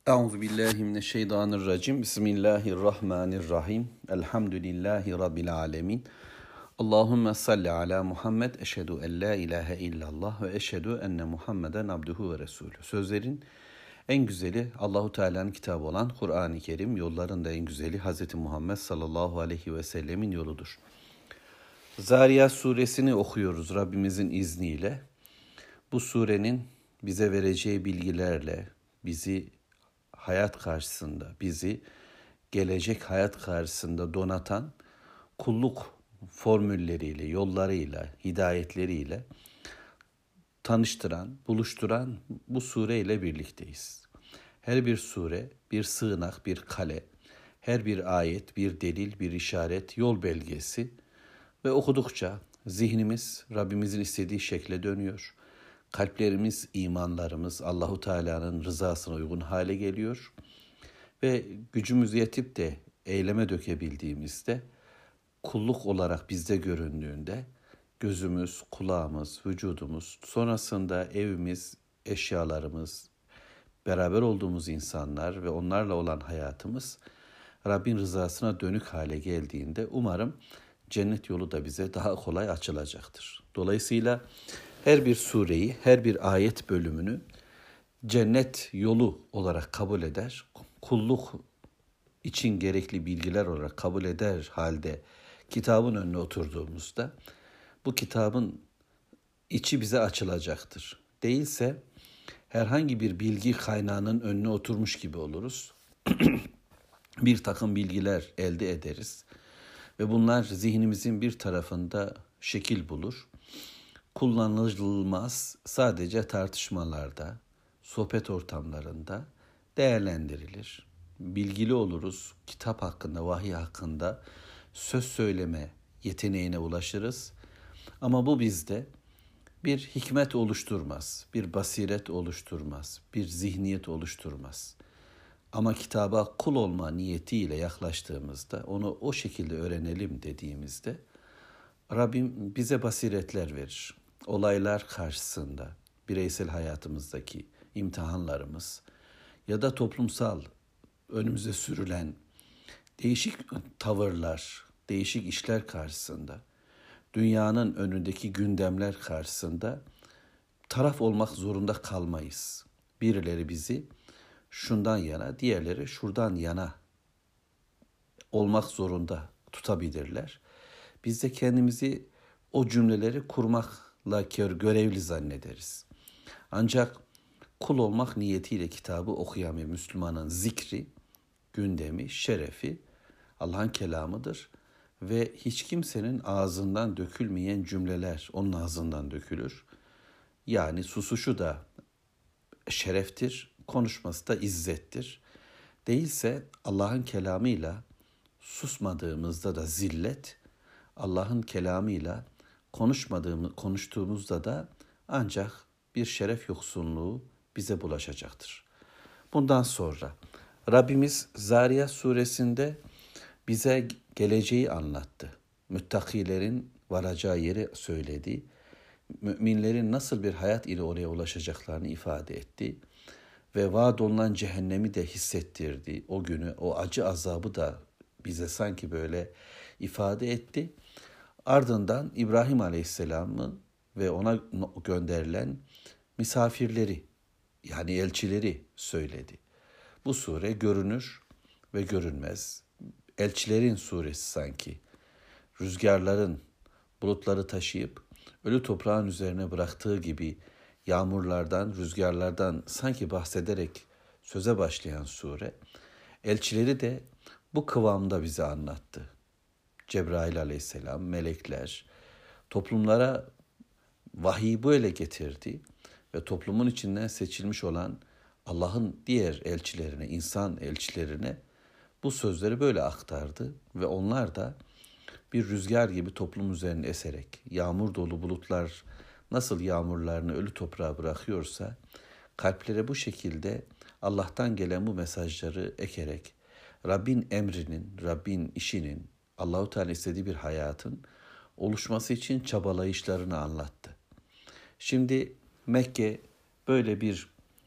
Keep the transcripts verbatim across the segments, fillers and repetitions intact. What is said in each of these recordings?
Euzu billahi mineşşeytanirracim. Bismillahirrahmanirrahim. Elhamdülillahi rabbil alamin. Allahumme salli ala Muhammed. Eşhedü en la ilahe illallah ve eşhedü enne Muhammeden abduhu ve resulü. Sözlerin en güzeli Allahu Teala'nın kitabı olan Kur'an-ı Kerim, yolların da en güzeli Hz. Muhammed sallallahu aleyhi ve sellemin yoludur. Zariyat suresini okuyoruz Rabbimizin izniyle. Bu surenin bize vereceği bilgilerle bizi hayat karşısında, bizi gelecek hayat karşısında donatan kulluk formülleriyle, yollarıyla, hidayetleriyle tanıştıran, buluşturan bu sure ile birlikteyiz. Her bir sure bir sığınak, bir kale, her bir ayet bir delil, bir işaret, yol belgesi ve okudukça zihnimiz Rabbimizin istediği şekle dönüyor. Kalplerimiz, imanlarımız Allahu Teala'nın rızasına uygun hale geliyor ve gücümüz yetip de eyleme dökebildiğimizde, kulluk olarak bizde göründüğünde gözümüz, kulağımız, vücudumuz, sonrasında evimiz, eşyalarımız, beraber olduğumuz insanlar ve onlarla olan hayatımız Rabbin rızasına dönük hale geldiğinde umarım cennet yolu da bize daha kolay açılacaktır. Dolayısıyla her bir sureyi, her bir ayet bölümünü cennet yolu olarak kabul eder, kulluk için gerekli bilgiler olarak kabul eder halde kitabın önüne oturduğumuzda bu kitabın içi bize açılacaktır. Değilse herhangi bir bilgi kaynağının önüne oturmuş gibi oluruz. Bir takım bilgiler elde ederiz ve bunlar zihnimizin bir tarafında şekil bulur. Kullanılmaz, sadece tartışmalarda, sohbet ortamlarında değerlendirilir. Bilgili oluruz, kitap hakkında, vahiy hakkında söz söyleme yeteneğine ulaşırız. Ama bu bizde bir hikmet oluşturmaz, bir basiret oluşturmaz, bir zihniyet oluşturmaz. Ama kitaba kul olma niyetiyle yaklaştığımızda, onu o şekilde öğrenelim dediğimizde Rabbim bize basiretler verir. Olaylar karşısında, bireysel hayatımızdaki imtihanlarımız ya da toplumsal önümüze sürülen değişik tavırlar, değişik işler karşısında, dünyanın önündeki gündemler karşısında taraf olmak zorunda kalmayız. Birileri bizi şundan yana, diğerleri şuradan yana olmak zorunda tutabilirler. Biz de kendimizi o cümleleri kurmakla görevli zannederiz. Ancak kul olmak niyetiyle kitabı okuyan bir Müslümanın zikri, gündemi, şerefi Allah'ın kelamıdır. Ve hiç kimsenin ağzından dökülmeyen cümleler onun ağzından dökülür. Yani susuşu da şereftir, konuşması da izzettir. Değilse Allah'ın kelamıyla susmadığımızda da zillet, Allah'ın kelamıyla konuşmadığımız, konuştuğumuzda da ancak bir şeref yoksunluğu bize bulaşacaktır. Bundan sonra Rabbimiz Zariyat suresinde bize geleceği anlattı. Müttakilerin varacağı yeri söyledi. Müminlerin nasıl bir hayat ile oraya ulaşacaklarını ifade etti. Ve vaad olunan cehennemi de hissettirdi. O günü, o acı azabı da bize sanki böyle ifade etti. Ardından İbrahim Aleyhisselam'ın ve ona gönderilen misafirleri, yani elçileri söyledi. Bu sure görünür ve görünmez. Elçilerin suresi sanki. Rüzgarların bulutları taşıyıp ölü toprağın üzerine bıraktığı gibi yağmurlardan, rüzgarlardan sanki bahsederek söze başlayan sure, elçileri de bu kıvamda bize anlattı. Cebrail aleyhisselam, melekler, toplumlara vahiy böyle getirdi ve toplumun içinden seçilmiş olan Allah'ın diğer elçilerine, insan elçilerine bu sözleri böyle aktardı ve onlar da bir rüzgar gibi toplum üzerine eserek, yağmur dolu bulutlar nasıl yağmurlarını ölü toprağa bırakıyorsa, kalplere bu şekilde Allah'tan gelen bu mesajları ekerek, Rabbin emrinin, Rabbin işinin, Allahu Teala istediği bir hayatın oluşması için çabalayışlarını anlattı. Şimdi Mekke böyle bir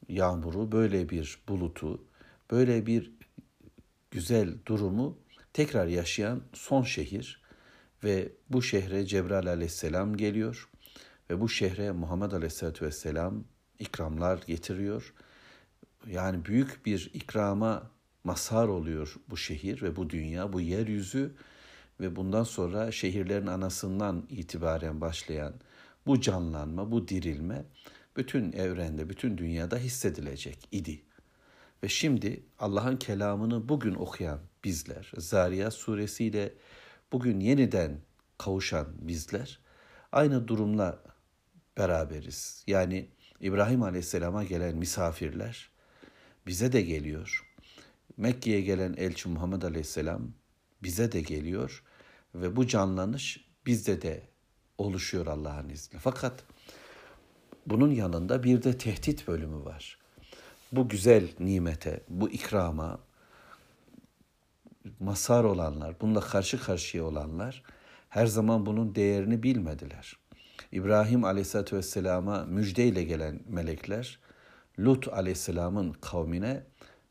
yağmuru, böyle bir bulutu, böyle bir güzel durumu tekrar yaşayan son şehir ve bu şehre Cebrail aleyhisselam geliyor ve bu şehre Muhammed aleyhisselatü vesselam ikramlar getiriyor. Yani büyük bir ikrama mazhar oluyor bu şehir ve bu dünya, bu yeryüzü ve bundan sonra şehirlerin anasından itibaren başlayan bu canlanma, bu dirilme bütün evrende, bütün dünyada hissedilecek idi. Ve şimdi Allah'ın kelamını bugün okuyan bizler, Zariyat suresiyle bugün yeniden kavuşan bizler aynı durumla beraberiz. Yani İbrahim Aleyhisselam'a gelen misafirler bize de geliyor. Mekke'ye gelen elçi Muhammed Aleyhisselam bize de geliyor ve bu canlanış bizde de oluşuyor Allah'ın izniyle. Fakat bunun yanında bir de tehdit bölümü var. Bu güzel nimete, bu ikrama mazhar olanlar, bununla karşı karşıya olanlar her zaman bunun değerini bilmediler. İbrahim Aleyhisselatü Vesselam'a müjdeyle gelen melekler, Lut Aleyhisselam'ın kavmine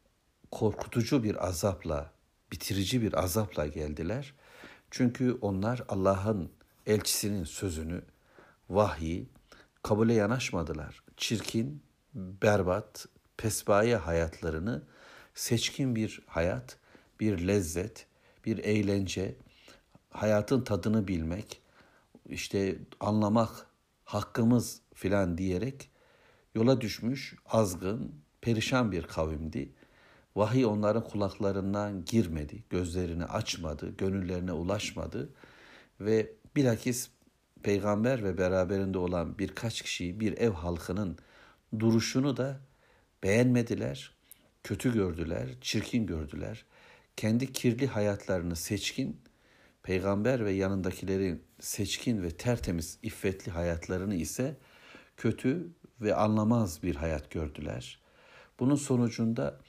korkutucu bir azapla, bitirici bir azapla geldiler. Çünkü onlar Allah'ın elçisinin sözünü, vahyi kabule yanaşmadılar. Çirkin, berbat, pespaye hayatlarını seçkin bir hayat, bir lezzet, bir eğlence, hayatın tadını bilmek, işte anlamak, hakkımız filan diyerek yola düşmüş, azgın, perişan bir kavimdi. Vahiy onların kulaklarından girmedi, gözlerini açmadı, gönüllerine ulaşmadı ve bilakis peygamber ve beraberinde olan birkaç kişi, bir ev halkının duruşunu da beğenmediler, kötü gördüler, çirkin gördüler. Kendi kirli hayatlarını seçkin, peygamber ve yanındakilerin seçkin ve tertemiz, iffetli hayatlarını ise kötü ve anlamaz bir hayat gördüler. Bunun sonucunda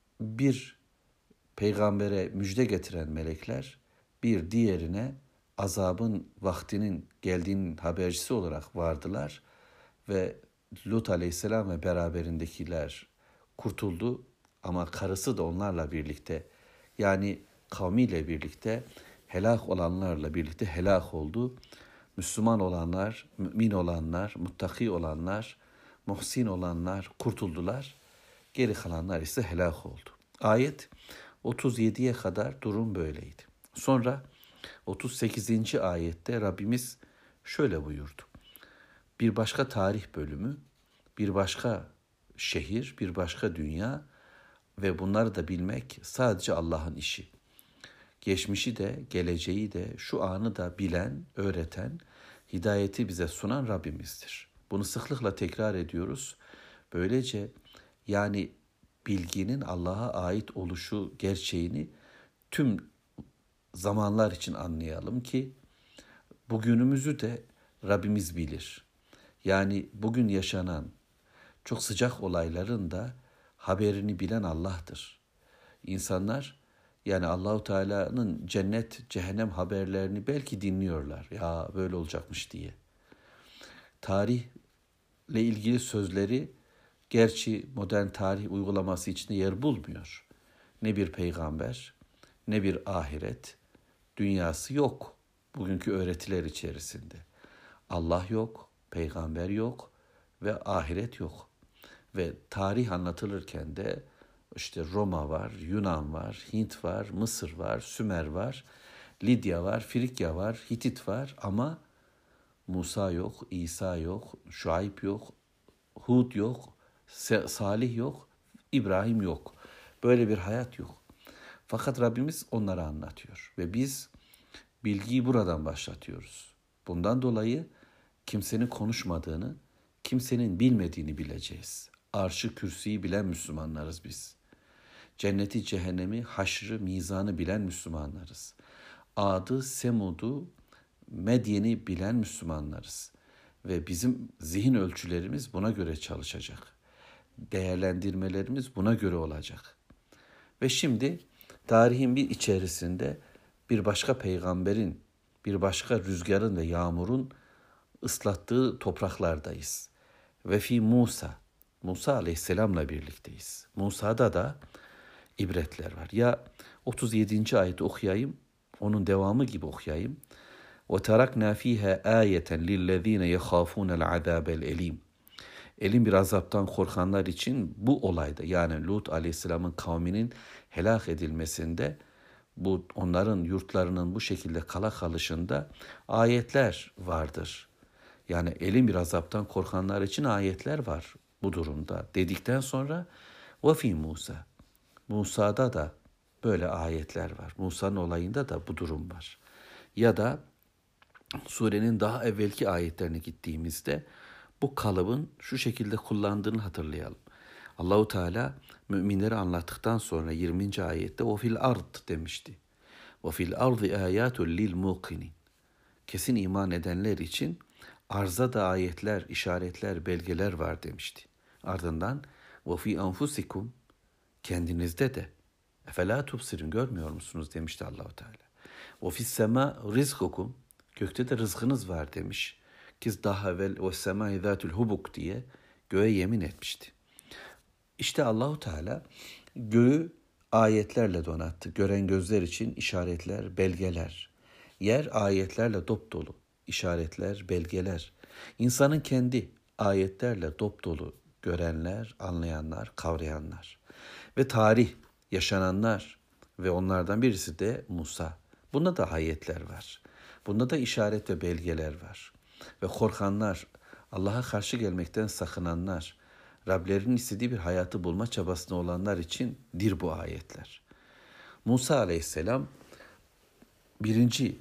bir peygambere müjde getiren melekler bir diğerine azabın vaktinin geldiğinin habercisi olarak vardılar ve Lut aleyhisselam ve beraberindekiler kurtuldu ama karısı da onlarla birlikte, yani kavmiyle birlikte helak olanlarla birlikte helak oldu. Müslüman olanlar, mümin olanlar, muttaki olanlar, muhsin olanlar kurtuldular. Geri kalanlar ise helak oldu. Ayet otuz yediye kadar durum böyleydi. Sonra otuz sekizinci ayette Rabbimiz şöyle buyurdu. Bir başka tarih bölümü, bir başka şehir, bir başka dünya ve bunları da bilmek sadece Allah'ın işi. Geçmişi de, geleceği de, şu anı da bilen, öğreten, hidayeti bize sunan Rabbimizdir. Bunu sıklıkla tekrar ediyoruz. Böylece yani bilginin Allah'a ait oluşu gerçeğini tüm zamanlar için anlayalım ki bugünümüzü de Rabbimiz bilir. Yani bugün yaşanan çok sıcak olayların da haberini bilen Allah'tır. İnsanlar yani Allahu Teala'nın cennet, cehennem haberlerini belki dinliyorlar. Ya böyle olacakmış diye. Tarihle ilgili sözleri gerçi modern tarih uygulaması içinde yer bulmuyor. Ne bir peygamber, ne bir ahiret dünyası yok bugünkü öğretiler içerisinde. Allah yok, peygamber yok ve ahiret yok. Ve tarih anlatılırken de işte Roma var, Yunan var, Hint var, Mısır var, Sümer var, Lidya var, Frikya var, Hitit var ama Musa yok, İsa yok, Şuayb yok, Hud yok, Salih yok, İbrahim yok. Böyle bir hayat yok. Fakat Rabbimiz onları anlatıyor ve biz bilgiyi buradan başlatıyoruz. Bundan dolayı kimsenin konuşmadığını, kimsenin bilmediğini bileceğiz. Arşı kürsüyü bilen Müslümanlarız biz. Cenneti, cehennemi, haşrı, mizanı bilen Müslümanlarız. Ad'ı, Semud'u, Medyen'i bilen Müslümanlarız. Ve bizim zihin ölçülerimiz buna göre çalışacak. Değerlendirmelerimiz buna göre olacak. Ve şimdi tarihin bir içerisinde bir başka peygamberin, bir başka rüzgarın ve yağmurun ıslattığı topraklardayız. Ve fi Musa, Musa aleyhisselamla birlikteyiz. Musa'da da ibretler var. Ya otuz yedinci ayeti okuyayım, onun devamı gibi okuyayım. وَتَرَكْنَا ف۪يهَا آيَةً لِلَّذ۪ينَ يَخَافُونَ الْعَذَابَ الْاَل۪يمِ Elin bir azaptan korkanlar için bu olayda, yani Lut aleyhisselamın kavminin helak edilmesinde, bu onların yurtlarının bu şekilde kala kalışında ayetler vardır. Yani elin bir azaptan korkanlar için ayetler var bu durumda dedikten sonra وَفِي Musa Musa'da da böyle ayetler var. Musa'nın olayında da bu durum var. Ya da surenin daha evvelki ayetlerine gittiğimizde bu kalıbın şu şekilde kullandığını hatırlayalım. Allahu Teala müminleri anlattıktan sonra yirminci ayette o fil ard demişti. O fil ardı ayatul lil muqinin. Kesin iman edenler için arza da ayetler, işaretler, belgeler var demişti. Ardından ve fi anfusikum, kendinizde de efela tubsirun, görmüyor musunuz demişti Allahu Teala. Ve fis sema rizkukum, gökte de rızkınız var demiş. Ki daha evvel ve semai zatul hubuk diye göğe yemin etmişti. İşte Allahu Teala göğü ayetlerle donattı. Gören gözler için işaretler, belgeler. Yer ayetlerle dopdolu. İşaretler, belgeler. İnsanın kendi ayetlerle dopdolu. Görenler, anlayanlar, kavrayanlar. Ve tarih, yaşananlar ve onlardan birisi de Musa. Bunda da ayetler var. Bunda da işaret ve belgeler var. Ve korkanlar, Allah'a karşı gelmekten sakınanlar, Rablerinin istediği bir hayatı bulma çabasında olanlar içindir bu ayetler. Musa aleyhisselam birinci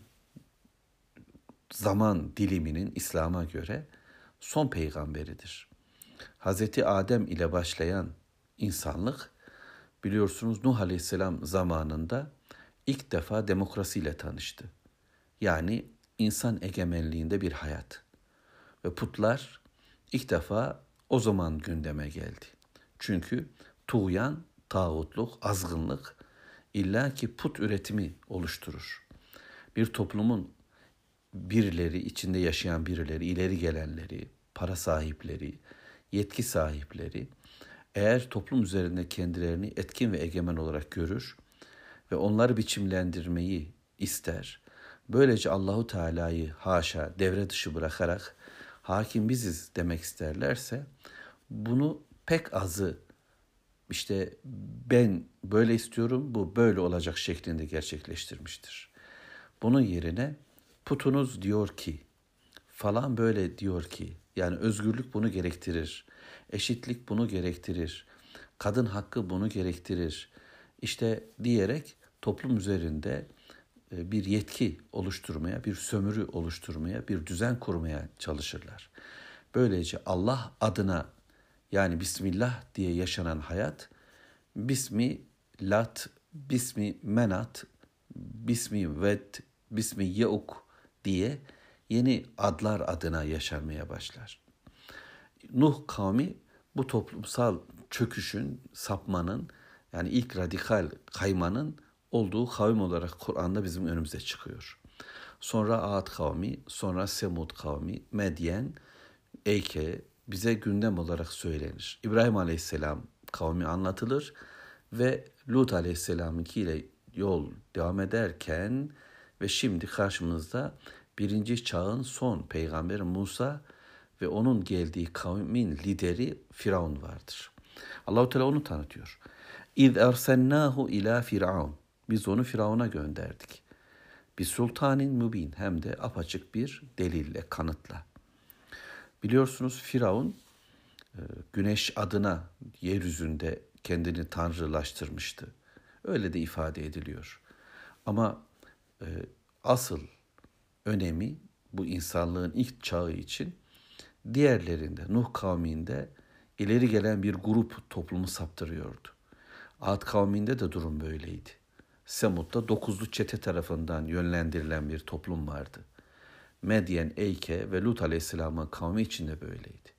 zaman diliminin İslam'a göre son peygamberidir. Hazreti Adem ile başlayan insanlık, biliyorsunuz Nuh aleyhisselam zamanında ilk defa demokrasiyle tanıştı. Yani insan egemenliğinde bir hayat. Ve putlar ilk defa o zaman gündeme geldi. Çünkü tuğyan, tağutluk, azgınlık illaki put üretimi oluşturur. Bir toplumun birileri, içinde yaşayan birileri, ileri gelenleri, para sahipleri, yetki sahipleri eğer toplum üzerinde kendilerini etkin ve egemen olarak görür ve onları biçimlendirmeyi ister, böylece Allahu Teala'yı haşa devre dışı bırakarak hakim biziz demek isterlerse, bunu pek azı işte ben böyle istiyorum, bu böyle olacak şeklinde gerçekleştirmiştir. Bunun yerine putunuz diyor ki, falan böyle diyor ki, yani özgürlük bunu gerektirir, eşitlik bunu gerektirir, kadın hakkı bunu gerektirir, işte diyerek toplum üzerinde bir yetki oluşturmaya, bir sömürü oluşturmaya, bir düzen kurmaya çalışırlar. Böylece Allah adına, yani Bismillah diye yaşanan hayat, Bismi Lat, Bismi Menat, Bismi Ved, Bismi Yeuk diye yeni adlar adına yaşanmaya başlar. Nuh kavmi bu toplumsal çöküşün, sapmanın, yani ilk radikal kaymanın olduğu kavim olarak Kur'an'da bizim önümüze çıkıyor. Sonra Ad kavmi, sonra Semud kavmi, Medyen, Eyke bize gündem olarak söylenir. İbrahim Aleyhisselam kavmi anlatılır ve Lut Aleyhisselam'ınkiyle yol devam ederken ve şimdi karşımızda birinci çağın son peygamberi Musa ve onun geldiği kavmin lideri Firavun vardır. Allah-u Teala onu tanıtıyor. İz ersennâhu ilâ Firavun. Biz onu Firavun'a gönderdik. Bir sultanin mübin, hem de apaçık bir delille, kanıtla. Biliyorsunuz Firavun güneş adına yeryüzünde kendini tanrılaştırmıştı. Öyle de ifade ediliyor. Ama e, asıl önemi bu insanlığın ilk çağı için diğerlerinde, Nuh kavminde ileri gelen bir grup toplumu saptırıyordu. Ad kavminde de durum böyleydi. Semud'da dokuzlu çete tarafından yönlendirilen bir toplum vardı. Medyen, Eyke ve Lut Aleyhisselam'ın kavmi içinde böyleydi.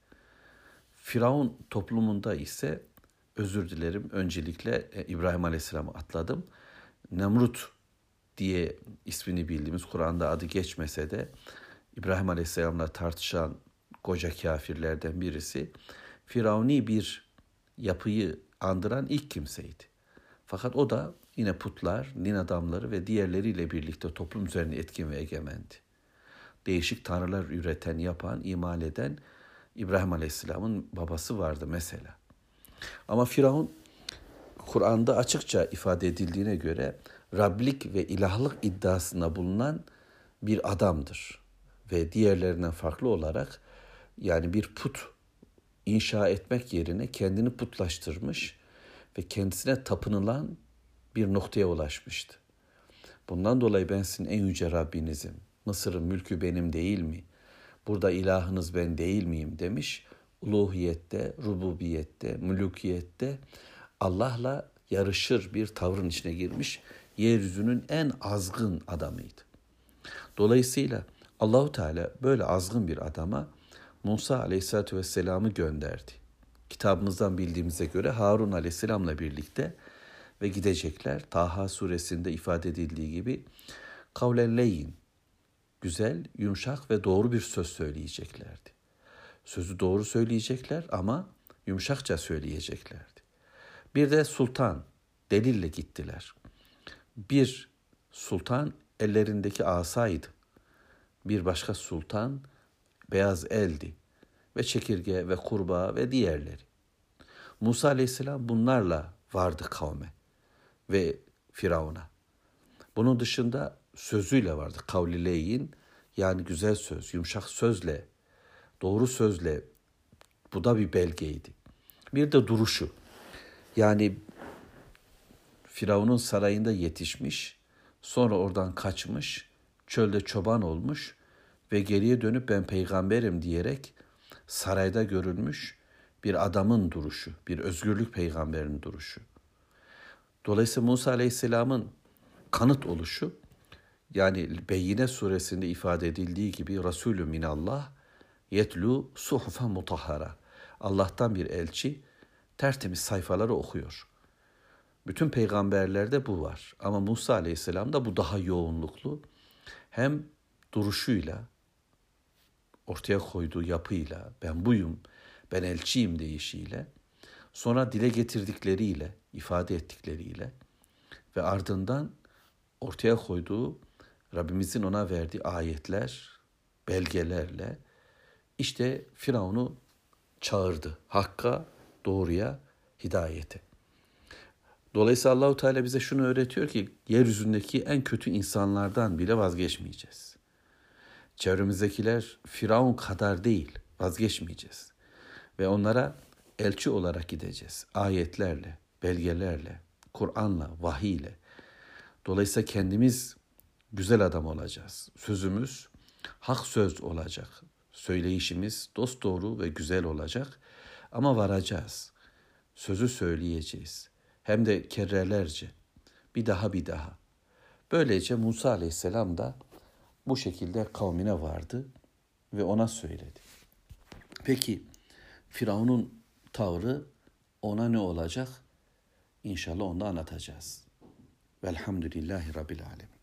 Firavun toplumunda ise, özür dilerim, öncelikle İbrahim Aleyhisselam'ı atladım. Nemrut diye ismini bildiğimiz, Kur'an'da adı geçmese de İbrahim Aleyhisselam'la tartışan koca kafirlerden birisi Firavuni bir yapıyı andıran ilk kimseydi. Fakat o da yine putlar, din adamları ve diğerleriyle birlikte toplum üzerine etkin ve egemendi. Değişik tanrılar üreten, yapan, imal eden İbrahim Aleyhisselam'ın babası vardı mesela. Ama Firavun, Kur'an'da açıkça ifade edildiğine göre Rablik ve ilahlık iddiasında bulunan bir adamdır. Ve diğerlerinden farklı olarak yani bir put inşa etmek yerine kendini putlaştırmış ve kendisine tapınılan bir noktaya ulaşmıştı. Bundan dolayı ben sizin en yüce Rabbinizim. Mısır'ın mülkü benim değil mi? Burada ilahınız ben değil miyim demiş. Uluhiyette, rububiyette, mülukiyette Allah'la yarışır bir tavrın içine girmiş. Yeryüzünün en azgın adamıydı. Dolayısıyla Allahu Teala böyle azgın bir adama Musa Aleyhisselatü Vesselam'ı gönderdi. Kitabımızdan bildiğimize göre Harun Aleyhisselam'la birlikte ve gidecekler. Taha suresinde ifade edildiği gibi kavlen leyin, güzel, yumuşak ve doğru bir söz söyleyeceklerdi. Sözü doğru söyleyecekler ama yumuşakça söyleyeceklerdi. Bir de sultan, delille gittiler. Bir sultan ellerindeki asaydı. Bir başka sultan beyaz eldi ve çekirge ve kurbağa ve diğerleri. Musa Aleyhisselam bunlarla vardı kavme ve Firavun'a. Bunun dışında sözüyle vardı. Kavlileyin, yani güzel söz, yumuşak sözle, doğru sözle, bu da bir belgeydi. Bir de duruşu. Yani Firavun'un sarayında yetişmiş, sonra oradan kaçmış, çölde çoban olmuş ve geriye dönüp ben peygamberim diyerek sarayda görülmüş bir adamın duruşu, bir özgürlük peygamberinin duruşu. Dolayısıyla Musa Aleyhisselam'ın kanıt oluşu, yani Beyyine suresinde ifade edildiği gibi Resulü minallah yetlu suhufen mutahhara. Allah'tan bir elçi tertemiz sayfaları okuyor. Bütün peygamberlerde bu var. Ama Musa Aleyhisselam'da bu daha yoğunluklu. Hem duruşuyla, ortaya koyduğu yapıyla, ben buyum, ben elçiyim deyişiyle, sonra dile getirdikleriyle, ifade ettikleriyle ve ardından ortaya koyduğu Rabbimizin ona verdiği ayetler, belgelerle işte Firavun'u çağırdı. Hakka, doğruya, hidayete. Dolayısıyla Allahu Teala bize şunu öğretiyor ki yeryüzündeki en kötü insanlardan bile vazgeçmeyeceğiz. Çevremizdekiler Firavun kadar değil, vazgeçmeyeceğiz. Ve onlara elçi olarak gideceğiz. Ayetlerle, belgelerle, Kur'an'la, vahiyle. Dolayısıyla kendimiz güzel adam olacağız. Sözümüz hak söz olacak. Söyleyişimiz dosdoğru ve güzel olacak. Ama varacağız. Sözü söyleyeceğiz. Hem de kerrelerce. Bir daha bir daha. Böylece Musa Aleyhisselam da bu şekilde kavmine vardı ve ona söyledi. Peki Firavun'un tavrı ona ne olacak? İnşallah onu da anlatacağız. Velhamdülillahi Rabbil Alemin.